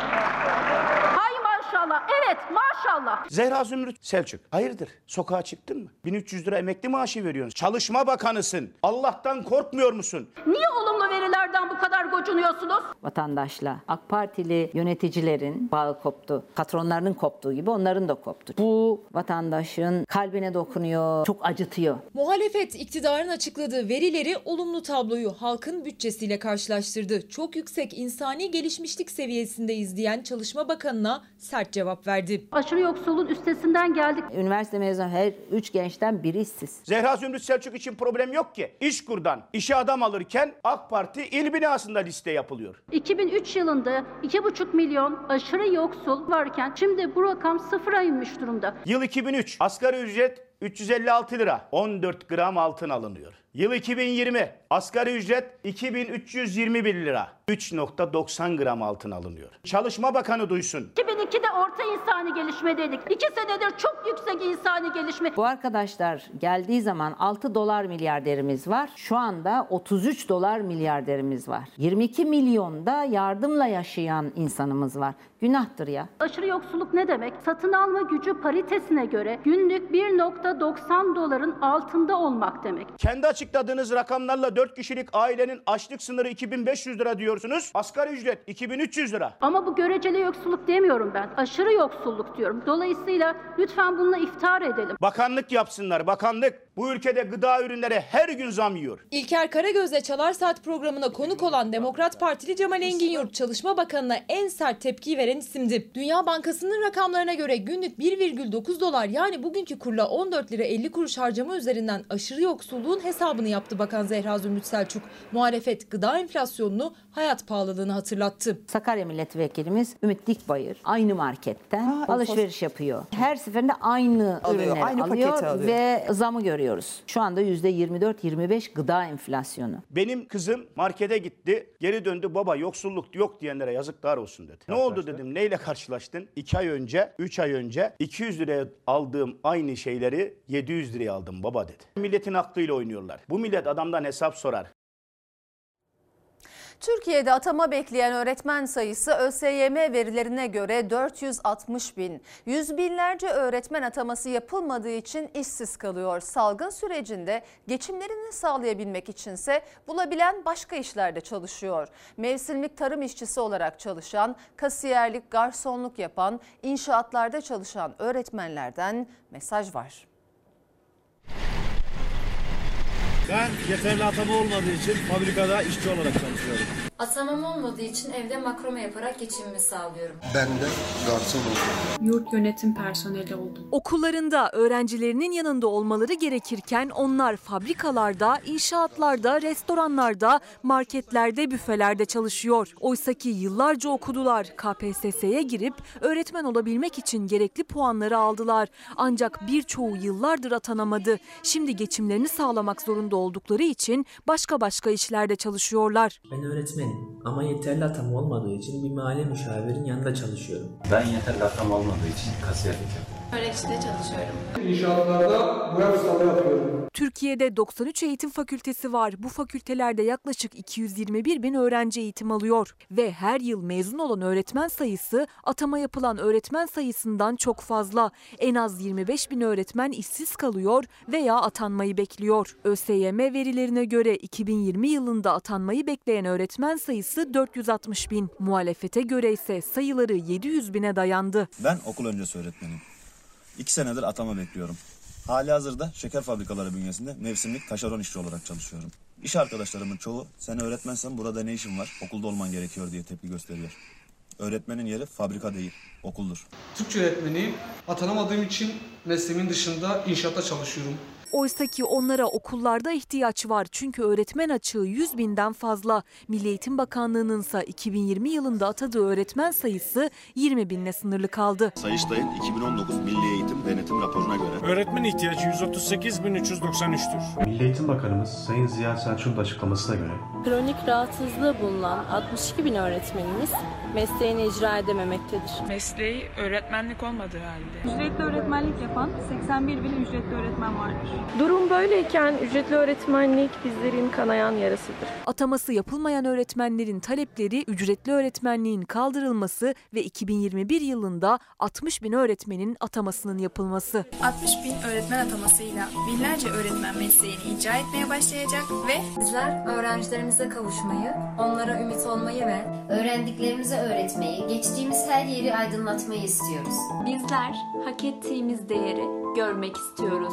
Speaker 9: Hay maşallah, evet maşallah.
Speaker 10: Zehra Zümrüt Selçuk, hayırdır? Sokağa çıktın mı? 1300 lira emekli maaşı veriyorsun. Çalışma Bakanısın. Allah'tan korkmuyor musun?
Speaker 9: Niye olumlu verilerden bu kadar gocunuyorsunuz?
Speaker 5: Vatandaşla AK Partili yöneticilerin bağı koptu. Patronlarının koptuğu gibi onların da koptu. Bu vatandaşın kalbine dokunuyor, çok acıtıyor.
Speaker 11: Muhalefet iktidarın açıkladığı verileri olumlu tabloyu halkın bütçesiyle karşılaştırdı. Çok yüksek insani gelişmişlik seviyesindeyiz diyen Çalışma Bakanı'na sert cevap verdi.
Speaker 9: Aşırı yoksulluğun üstesinden geldik.
Speaker 5: Üniversite mezunu her 3 gençten biri işsiz.
Speaker 10: Zehra Zümrüt Selçuk için problem yok ki. İşkur'dan işe adam alırken AK Parti il binasında liste yapılıyor.
Speaker 9: 2003 yılında 2,5 milyon aşırı yoksul varken şimdi bu rakam sıfıra inmiş durumda.
Speaker 10: Yıl 2003 asgari ücret 356 lira 14 gram altın alınıyor. Yıl 2020 asgari ücret 2321 lira 3.90 gram altın alınıyor. Çalışma Bakanı duysun.
Speaker 9: 2002'de orta insani gelişmedeydik. 2 senedir çok yüksek insani gelişme.
Speaker 5: Bu arkadaşlar geldiği zaman 6 dolar milyarderimiz var. Şu anda 33 dolar milyarderimiz var. 22 milyonda yardımla yaşayan insanımız var. Günahtır ya.
Speaker 9: Aşırı yoksulluk ne demek? Satın alma gücü paritesine göre günlük 1.90 doların altında olmak demek.
Speaker 10: Kendi açıkladığınız rakamlarla 4 kişilik ailenin açlık sınırı 2500 lira diyorsunuz. Asgari ücret 2300 lira.
Speaker 9: Ama bu göreceli yoksulluk demiyorum ben. Aşırı yoksulluk diyorum. Dolayısıyla lütfen bununla iftar edelim.
Speaker 10: Bakanlık yapsınlar, bakanlık. Bu ülkede gıda ürünleri her gün zam yiyor.
Speaker 11: İlker Karagöz'le Çalar Saat programına konuk olan Demokrat Partili Cemal Enginyurt Çalışma Bakanı'na en sert tepkiyi veren isimdi. Dünya Bankası'nın rakamlarına göre günlük 1,9 dolar yani bugünkü kurla 14 lira 50 kuruş harcama üzerinden aşırı yoksulluğun hesabını yaptı Bakan Zehra Zümrüt Selçuk. Muhalefet gıda enflasyonunu, hayat pahalılığını hatırlattı.
Speaker 5: Sakarya Milletvekilimiz Ümit Dikbayır aynı marketten alışveriş yapıyor. Her seferinde aynı ürünleri alıyor ve zamı görüyoruz. Şu anda %24-25 gıda enflasyonu.
Speaker 10: Benim kızım markete gitti, geri döndü, baba yoksulluk yok diyenlere yazıklar olsun dedi. Ne oldu dedim, neyle karşılaştın? 2 ay önce, 3 ay önce 200 liraya aldığım aynı şeyleri 700 liraya aldım baba dedi. Milletin aklıyla oynuyorlar. Bu millet adamdan hesap sorar.
Speaker 1: Türkiye'de atama bekleyen öğretmen sayısı ÖSYM verilerine göre 460 bin. Yüz binlerce öğretmen ataması yapılmadığı için işsiz kalıyor. Salgın sürecinde geçimlerini sağlayabilmek içinse bulabilen başka işlerde çalışıyor. Mevsimlik tarım işçisi olarak çalışan, kasiyerlik, garsonluk yapan, inşaatlarda çalışan öğretmenlerden mesaj var.
Speaker 12: Ben yeterli atama olmadığı için fabrikada işçi olarak çalışıyorum. Atamam olmadığı için evde makrome yaparak geçimimi sağlıyorum.
Speaker 13: Ben de garson oldum.
Speaker 14: Yurt yönetim personeli oldum.
Speaker 15: Okullarında öğrencilerinin yanında olmaları gerekirken onlar fabrikalarda, inşaatlarda, restoranlarda, marketlerde, büfelerde çalışıyor. Oysaki yıllarca okudular. KPSS'ye girip öğretmen olabilmek için gerekli puanları aldılar. Ancak birçoğu yıllardır atanamadı. Şimdi geçimlerini sağlamak zorunda oldukları için başka işlerde çalışıyorlar.
Speaker 16: Ben öğretmenim ama yeterli atam olmadığı için bir mali müşavirin yanında çalışıyorum.
Speaker 17: Ben yeterli atam olmadığı için kasiyerlik yapıyorum.
Speaker 12: Öğreticide çalışıyorum.
Speaker 18: İnşaatlarda boya ustalığı yapıyorum.
Speaker 15: Türkiye'de 93 eğitim fakültesi var. Bu fakültelerde yaklaşık 221 bin öğrenci eğitim alıyor. Ve her yıl mezun olan öğretmen sayısı atama yapılan öğretmen sayısından çok fazla. En az 25 bin öğretmen işsiz kalıyor veya atanmayı bekliyor. ÖSYM verilerine göre 2020 yılında atanmayı bekleyen öğretmen sayısı 460 bin. Muhalefete göre ise sayıları 700 bine dayandı.
Speaker 21: Ben okul öncesi öğretmeniyim. 2 senedir atama bekliyorum. Halihazırda şeker fabrikaları bünyesinde mevsimlik taşeron işçi olarak çalışıyorum. İş arkadaşlarımın çoğu sen öğretmensen burada ne işin var, okulda olman gerekiyor diye tepki gösteriyor. Öğretmenin yeri fabrika değil, okuldur.
Speaker 18: Türkçe öğretmeniyim. Atanamadığım için mesleğimin dışında inşaatta çalışıyorum.
Speaker 15: Oysaki onlara okullarda ihtiyaç var çünkü öğretmen açığı 100 binden fazla. Milli Eğitim Bakanlığı'nın ise 2020 yılında atadığı öğretmen sayısı 20 binle sınırlı kaldı.
Speaker 21: Sayıştay'ın 2019 Milli Eğitim Denetim raporuna göre
Speaker 18: Öğretmen ihtiyacı 138.393'tür.
Speaker 6: Milli Eğitim Bakanımız Sayın Ziya Selçuk'un açıklamasına göre
Speaker 28: kronik rahatsızlığı bulunan 62 bin öğretmenimiz mesleğini icra edememektedir.
Speaker 29: Mesleği öğretmenlik olmadığı halde.
Speaker 28: Ücretli öğretmenlik yapan 81 bin ücretli öğretmen vardır.
Speaker 29: Durum böyleyken ücretli öğretmenlik bizlerin kanayan yarasıdır.
Speaker 15: Ataması yapılmayan öğretmenlerin talepleri ücretli öğretmenliğin kaldırılması ve 2021 yılında 60 bin öğretmenin atamasının yapılması.
Speaker 29: 60 bin öğretmen atamasıyla binlerce öğretmen mesleğini icra etmeye başlayacak ve
Speaker 12: Bizler öğrencilerimize kavuşmayı, onlara ümit olmayı ve öğrendiklerimizi öğretmeyi, geçtiğimiz her yeri aydınlatmayı istiyoruz.
Speaker 28: Bizler hak ettiğimiz değeri görmek istiyoruz.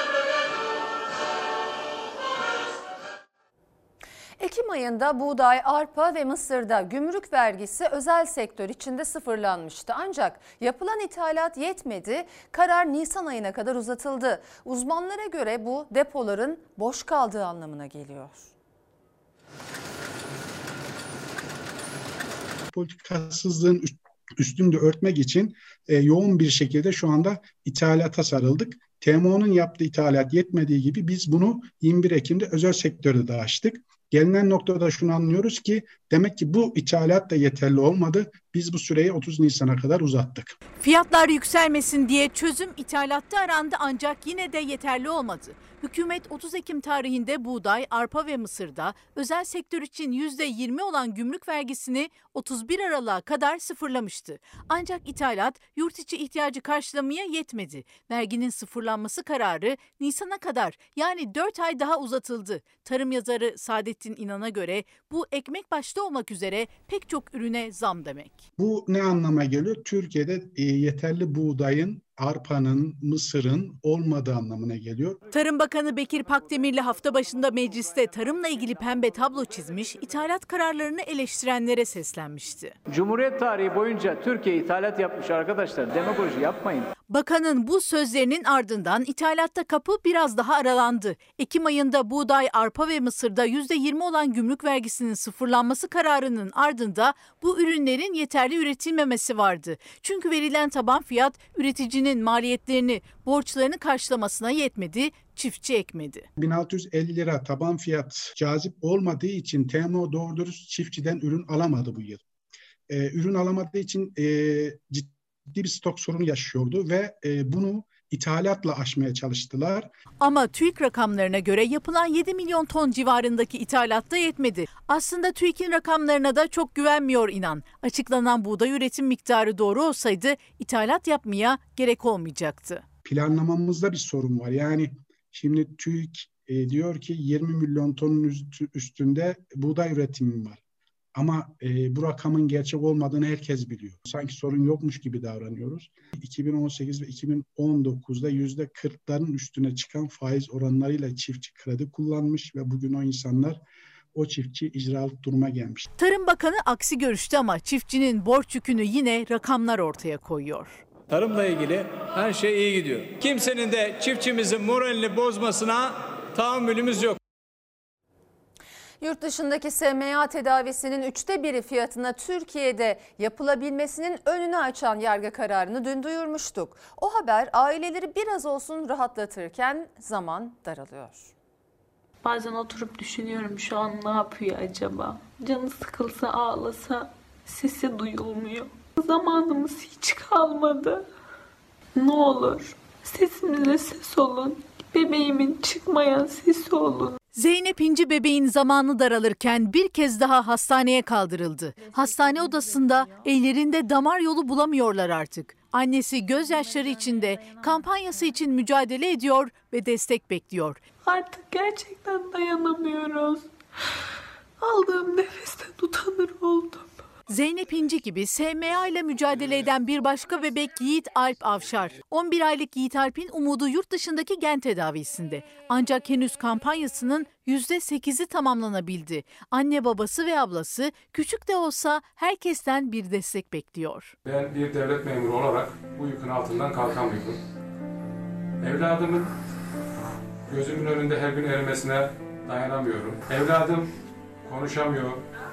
Speaker 1: Ekim ayında buğday, arpa ve mısırda gümrük vergisi özel sektör içinde sıfırlanmıştı. Ancak yapılan ithalat yetmedi. Karar Nisan ayına kadar uzatıldı. Uzmanlara göre bu depoların boş kaldığı anlamına geliyor.
Speaker 30: Politikasızlığın üstünü de örtmek için yoğun bir şekilde şu anda ithalata sarıldık. TMO'nun yaptığı ithalat yetmediği gibi biz bunu 21 Ekim'de özel sektörde de açtık. Gelinen noktada şunu anlıyoruz ki demek ki bu ithalat da yeterli olmadı. Biz bu süreyi 30 Nisan'a kadar uzattık.
Speaker 31: Fiyatlar yükselmesin diye çözüm ithalatta arandı ancak yine de yeterli olmadı. Hükümet 30 Ekim tarihinde buğday, arpa ve mısırda özel sektör için %20 olan gümrük vergisini 31 Aralık'a kadar sıfırlamıştı. Ancak ithalat yurt içi ihtiyacı karşılamaya yetmedi. Verginin sıfırlanması kararı Nisan'a kadar yani 4 ay daha uzatıldı. Tarım yazarı Saadettin İnan'a göre bu ekmek başta olmak üzere pek çok ürüne zam demek.
Speaker 30: Bu ne anlama geliyor? Türkiye'de yeterli buğdayın, arpanın, mısırın olmadığı anlamına geliyor.
Speaker 31: Tarım Bakanı Bekir Pakdemirli hafta başında mecliste tarımla ilgili pembe tablo çizmiş, ithalat kararlarını eleştirenlere seslenmişti.
Speaker 32: Cumhuriyet tarihi boyunca Türkiye ithalat yapmış arkadaşlar, demagoji yapmayın.
Speaker 31: Bakanın bu sözlerinin ardından ithalatta kapı biraz daha aralandı. Ekim ayında buğday, arpa ve mısırda %20 olan gümrük vergisinin sıfırlanması kararının ardında bu ürünlerin yeterli üretilmemesi vardı. Çünkü verilen taban fiyat üreticinin maliyetlerini, borçlarını karşılamasına yetmedi, çiftçi ekmedi.
Speaker 30: 1650 lira taban fiyat cazip olmadığı için TMO doğru dürüst çiftçiden ürün alamadı bu yıl. Ürün alamadığı için ciddi bir stok sorunu yaşıyordu ve bunu ithalatla aşmaya çalıştılar.
Speaker 31: Ama TÜİK rakamlarına göre yapılan 7 milyon ton civarındaki ithalatta yetmedi. Aslında TÜİK'in rakamlarına da çok güvenmiyor İnan. Açıklanan buğday üretim miktarı doğru olsaydı ithalat yapmaya gerek olmayacaktı.
Speaker 30: Planlamamızda bir sorun var. Yani şimdi TÜİK diyor ki 20 milyon tonun üstünde buğday üretimi var. Ama bu rakamın gerçek olmadığını herkes biliyor. Sanki sorun yokmuş gibi davranıyoruz. 2018 ve 2019'da %40'ların üstüne çıkan faiz oranlarıyla çiftçi kredi kullanmış ve bugün o insanlar o çiftçi icralık duruma gelmiş.
Speaker 31: Tarım Bakanı aksi görüşte ama çiftçinin borç yükünü yine rakamlar ortaya koyuyor.
Speaker 32: Tarımla ilgili her şey iyi gidiyor. Kimsenin de çiftçimizin moralini bozmasına tahammülümüz yok.
Speaker 1: Yurt dışındaki SMA tedavisinin 1/3 fiyatına Türkiye'de yapılabilmesinin önünü açan yargı kararını dün duyurmuştuk. O haber aileleri biraz olsun rahatlatırken zaman daralıyor.
Speaker 2: Bazen oturup düşünüyorum, şu an ne yapıyor acaba? Canı sıkılsa, ağlasa sesi duyulmuyor. Zamanımız hiç kalmadı. Ne olur sesimize ses olun. Bebeğimin çıkmayan sesi olun.
Speaker 31: Zeynep İnci bebeğin zamanı daralırken bir kez daha hastaneye kaldırıldı. Hastane odasında ellerinde damar yolu bulamıyorlar artık. Annesi gözyaşları içinde kampanyası için mücadele ediyor ve destek bekliyor.
Speaker 2: Artık gerçekten dayanamıyoruz. Aldığım nefesten utanır oldum.
Speaker 31: Zeynep İnci gibi SMA ile mücadele eden bir başka bebek Yiğit Alp Avşar. 11 aylık Yiğit Alp'in umudu yurt dışındaki gen tedavisinde. Ancak henüz kampanyasının %8'i tamamlanabildi. Anne, babası ve ablası küçük de olsa herkesten bir destek bekliyor.
Speaker 3: Ben bir devlet memuru olarak bu yükün altından kalkamıyorum. Evladımın gözümün önünde her gün erimesine dayanamıyorum. Evladım konuşamıyor,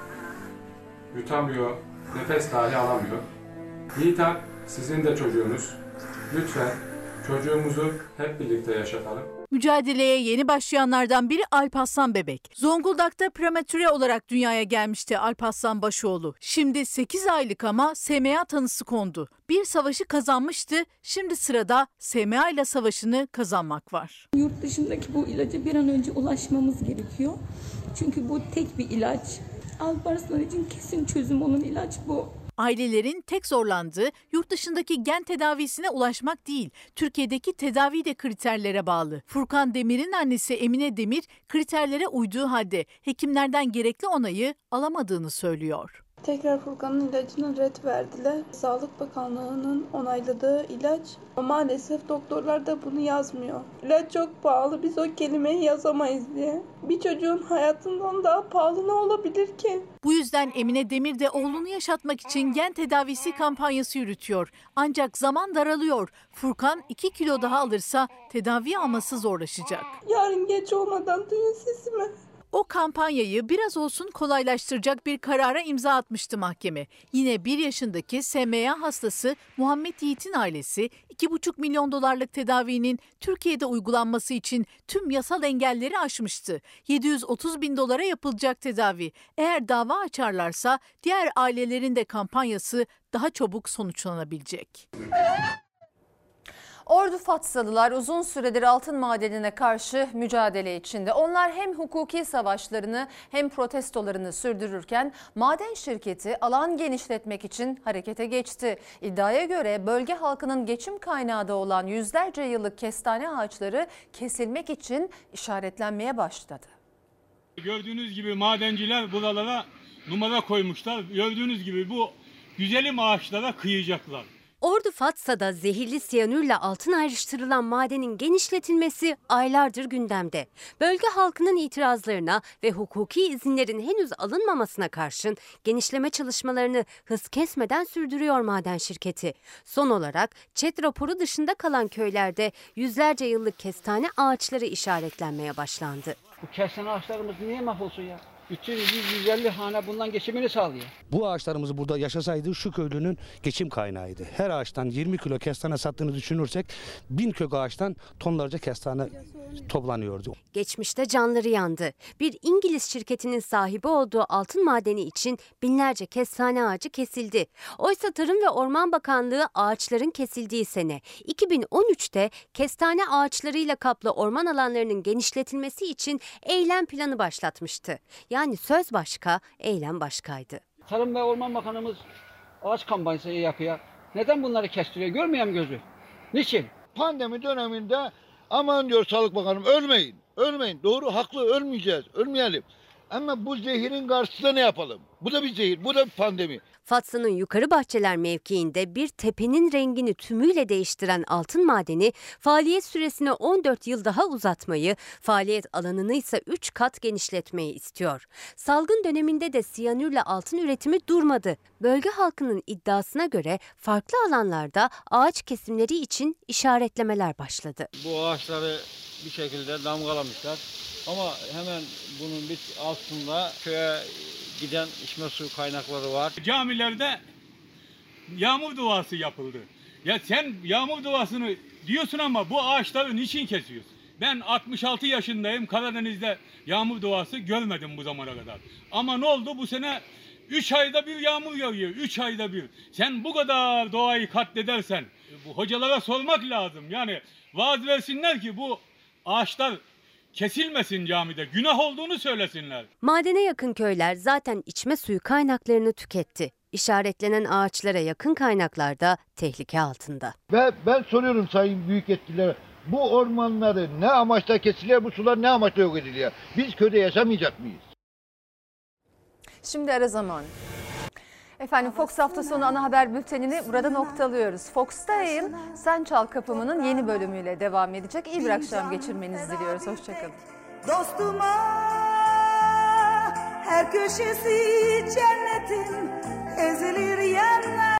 Speaker 3: yutamıyor, nefes dahi alamıyor. Yiğit Alp sizin de çocuğunuz. Lütfen çocuğumuzu hep birlikte yaşatalım.
Speaker 31: Mücadeleye yeni başlayanlardan biri Alparslan bebek. Zonguldak'ta prematüre olarak dünyaya gelmişti Alparslan Başoğlu. Şimdi 8 aylık ama SMA tanısı kondu. Bir savaşı kazanmıştı, şimdi sırada SMA ile savaşını kazanmak var.
Speaker 2: Yurt dışındaki bu ilaca bir an önce ulaşmamız gerekiyor. Çünkü bu tek bir ilaç. Alparslan için kesin çözüm olan ilaç bu.
Speaker 31: Ailelerin tek zorlandığı yurt dışındaki gen tedavisine ulaşmak değil, Türkiye'deki tedavi de kriterlere bağlı. Furkan Demir'in annesi Emine Demir kriterlere uyduğu halde hekimlerden gerekli onayı alamadığını söylüyor.
Speaker 2: Tekrar Furkan'ın ilacını ret verdiler. Sağlık Bakanlığı'nın onayladığı ilaç. Ama maalesef doktorlar da bunu yazmıyor. İlaç çok pahalı, biz o kelimeyi yazamayız diye. Bir çocuğun hayatından daha pahalı ne olabilir ki?
Speaker 31: Bu yüzden Emine Demir de oğlunu yaşatmak için gen tedavisi kampanyası yürütüyor. Ancak zaman daralıyor. Furkan 2 kilo daha alırsa tedavi alması zorlaşacak.
Speaker 2: Yarın geç olmadan duyun sesimi.
Speaker 31: O kampanyayı biraz olsun kolaylaştıracak bir karara imza atmıştı mahkeme. Yine 1 yaşındaki SMA hastası Muhammed Yiğit'in ailesi $2,5 milyon tedavinin Türkiye'de uygulanması için tüm yasal engelleri aşmıştı. $730.000 yapılacak tedavi. Eğer dava açarlarsa diğer ailelerin de kampanyası daha çabuk sonuçlanabilecek. Ordu Fatsalılar uzun süredir altın madenine karşı mücadele içinde. Onlar hem hukuki savaşlarını hem protestolarını sürdürürken maden şirketi alan genişletmek için harekete geçti. İddiaya göre bölge halkının geçim kaynağı da olan yüzlerce yıllık kestane ağaçları kesilmek için işaretlenmeye başladı.
Speaker 4: Gördüğünüz gibi madenciler buralara numara koymuşlar. Gördüğünüz gibi bu güzelim ağaçlara kıyacaklar.
Speaker 7: Ordu Fatsa'da zehirli siyanürle altın ayrıştırılan madenin genişletilmesi aylardır gündemde. Bölge halkının itirazlarına ve hukuki izinlerin henüz alınmamasına karşın genişleme çalışmalarını hız kesmeden sürdürüyor maden şirketi. Son olarak ÇED raporu dışında kalan köylerde yüzlerce yıllık kestane ağaçları işaretlenmeye başlandı.
Speaker 8: Bu kestane ağaçlarımız niye mahvolsun ya? Bütün 150 hane bundan geçimini sağlıyor.
Speaker 20: Bu ağaçlarımız burada yaşasaydı şu köylünün geçim kaynağıydı. Her ağaçtan 20 kilo kestane sattığını düşünürsek 1000 kök ağaçtan tonlarca kestane toplanıyordu.
Speaker 7: Geçmişte canları yandı. Bir İngiliz şirketinin sahibi olduğu altın madeni için binlerce kestane ağacı kesildi. Oysa Tarım ve Orman Bakanlığı ağaçların kesildiği sene 2013'te kestane ağaçlarıyla kaplı orman alanlarının genişletilmesi için eylem planı başlatmıştı. Yani söz başka, eylem başkaydı.
Speaker 8: Tarım ve Orman Bakanımız ağaç kampanyası yapıyor. Neden bunları kestiriyor? Görmeyen gözü. Niçin?
Speaker 22: Pandemi döneminde aman diyor Sağlık Bakanım ölmeyin. Ölmeyin. Doğru, haklı, ölmeyeceğiz. Ölmeyelim.
Speaker 5: Ama bu zehirin karşısında ne yapalım? Bu da bir zehir, bu da bir pandemi.
Speaker 7: Fatsa'nın Yukarı Bahçeler mevkiinde bir tepenin rengini tümüyle değiştiren altın madeni faaliyet süresini 14 yıl daha uzatmayı, faaliyet alanını ise 3 kat genişletmeyi istiyor. Salgın döneminde de siyanürle altın üretimi durmadı. Bölge halkının iddiasına göre farklı alanlarda ağaç kesimleri için işaretlemeler başladı.
Speaker 8: Bu ağaçları bir şekilde damgalamışlar ama hemen bunun bir altında köye giden içme suyu kaynakları var.
Speaker 4: Camilerde yağmur duası yapıldı. Ya sen yağmur duasını diyorsun ama bu ağaçları niçin kesiyorsun? Ben 66 yaşındayım. Karadeniz'de yağmur duası görmedim bu zamana kadar. Ama ne oldu? Bu sene 3 ayda bir yağmur yağıyor. 3 ayda bir. Sen bu kadar doğayı katledersen bu hocalara sormak lazım. Yani vaaz versinler ki bu ağaçlar kesilmesin camide. Günah olduğunu söylesinler.
Speaker 7: Madene yakın köyler zaten içme suyu kaynaklarını tüketti. İşaretlenen ağaçlara yakın kaynaklar da tehlike altında.
Speaker 5: Ve ben soruyorum sayın büyük yetkililere, bu ormanları ne amaçla kesiliyor, bu sular ne amaçla yok ediliyor? Biz köyde yaşamayacak mıyız?
Speaker 1: Şimdi ara zaman. Efendim Fox hafta sonu ana haber bültenini burada noktalıyoruz. Fox'ta yayın Sen Çal Kapımı'nın yeni bölümüyle devam edecek. İyi bir akşam geçirmenizi diliyoruz. Hoşçakalın.
Speaker 9: Dostuma her köşesi cennetin ezilir yerler.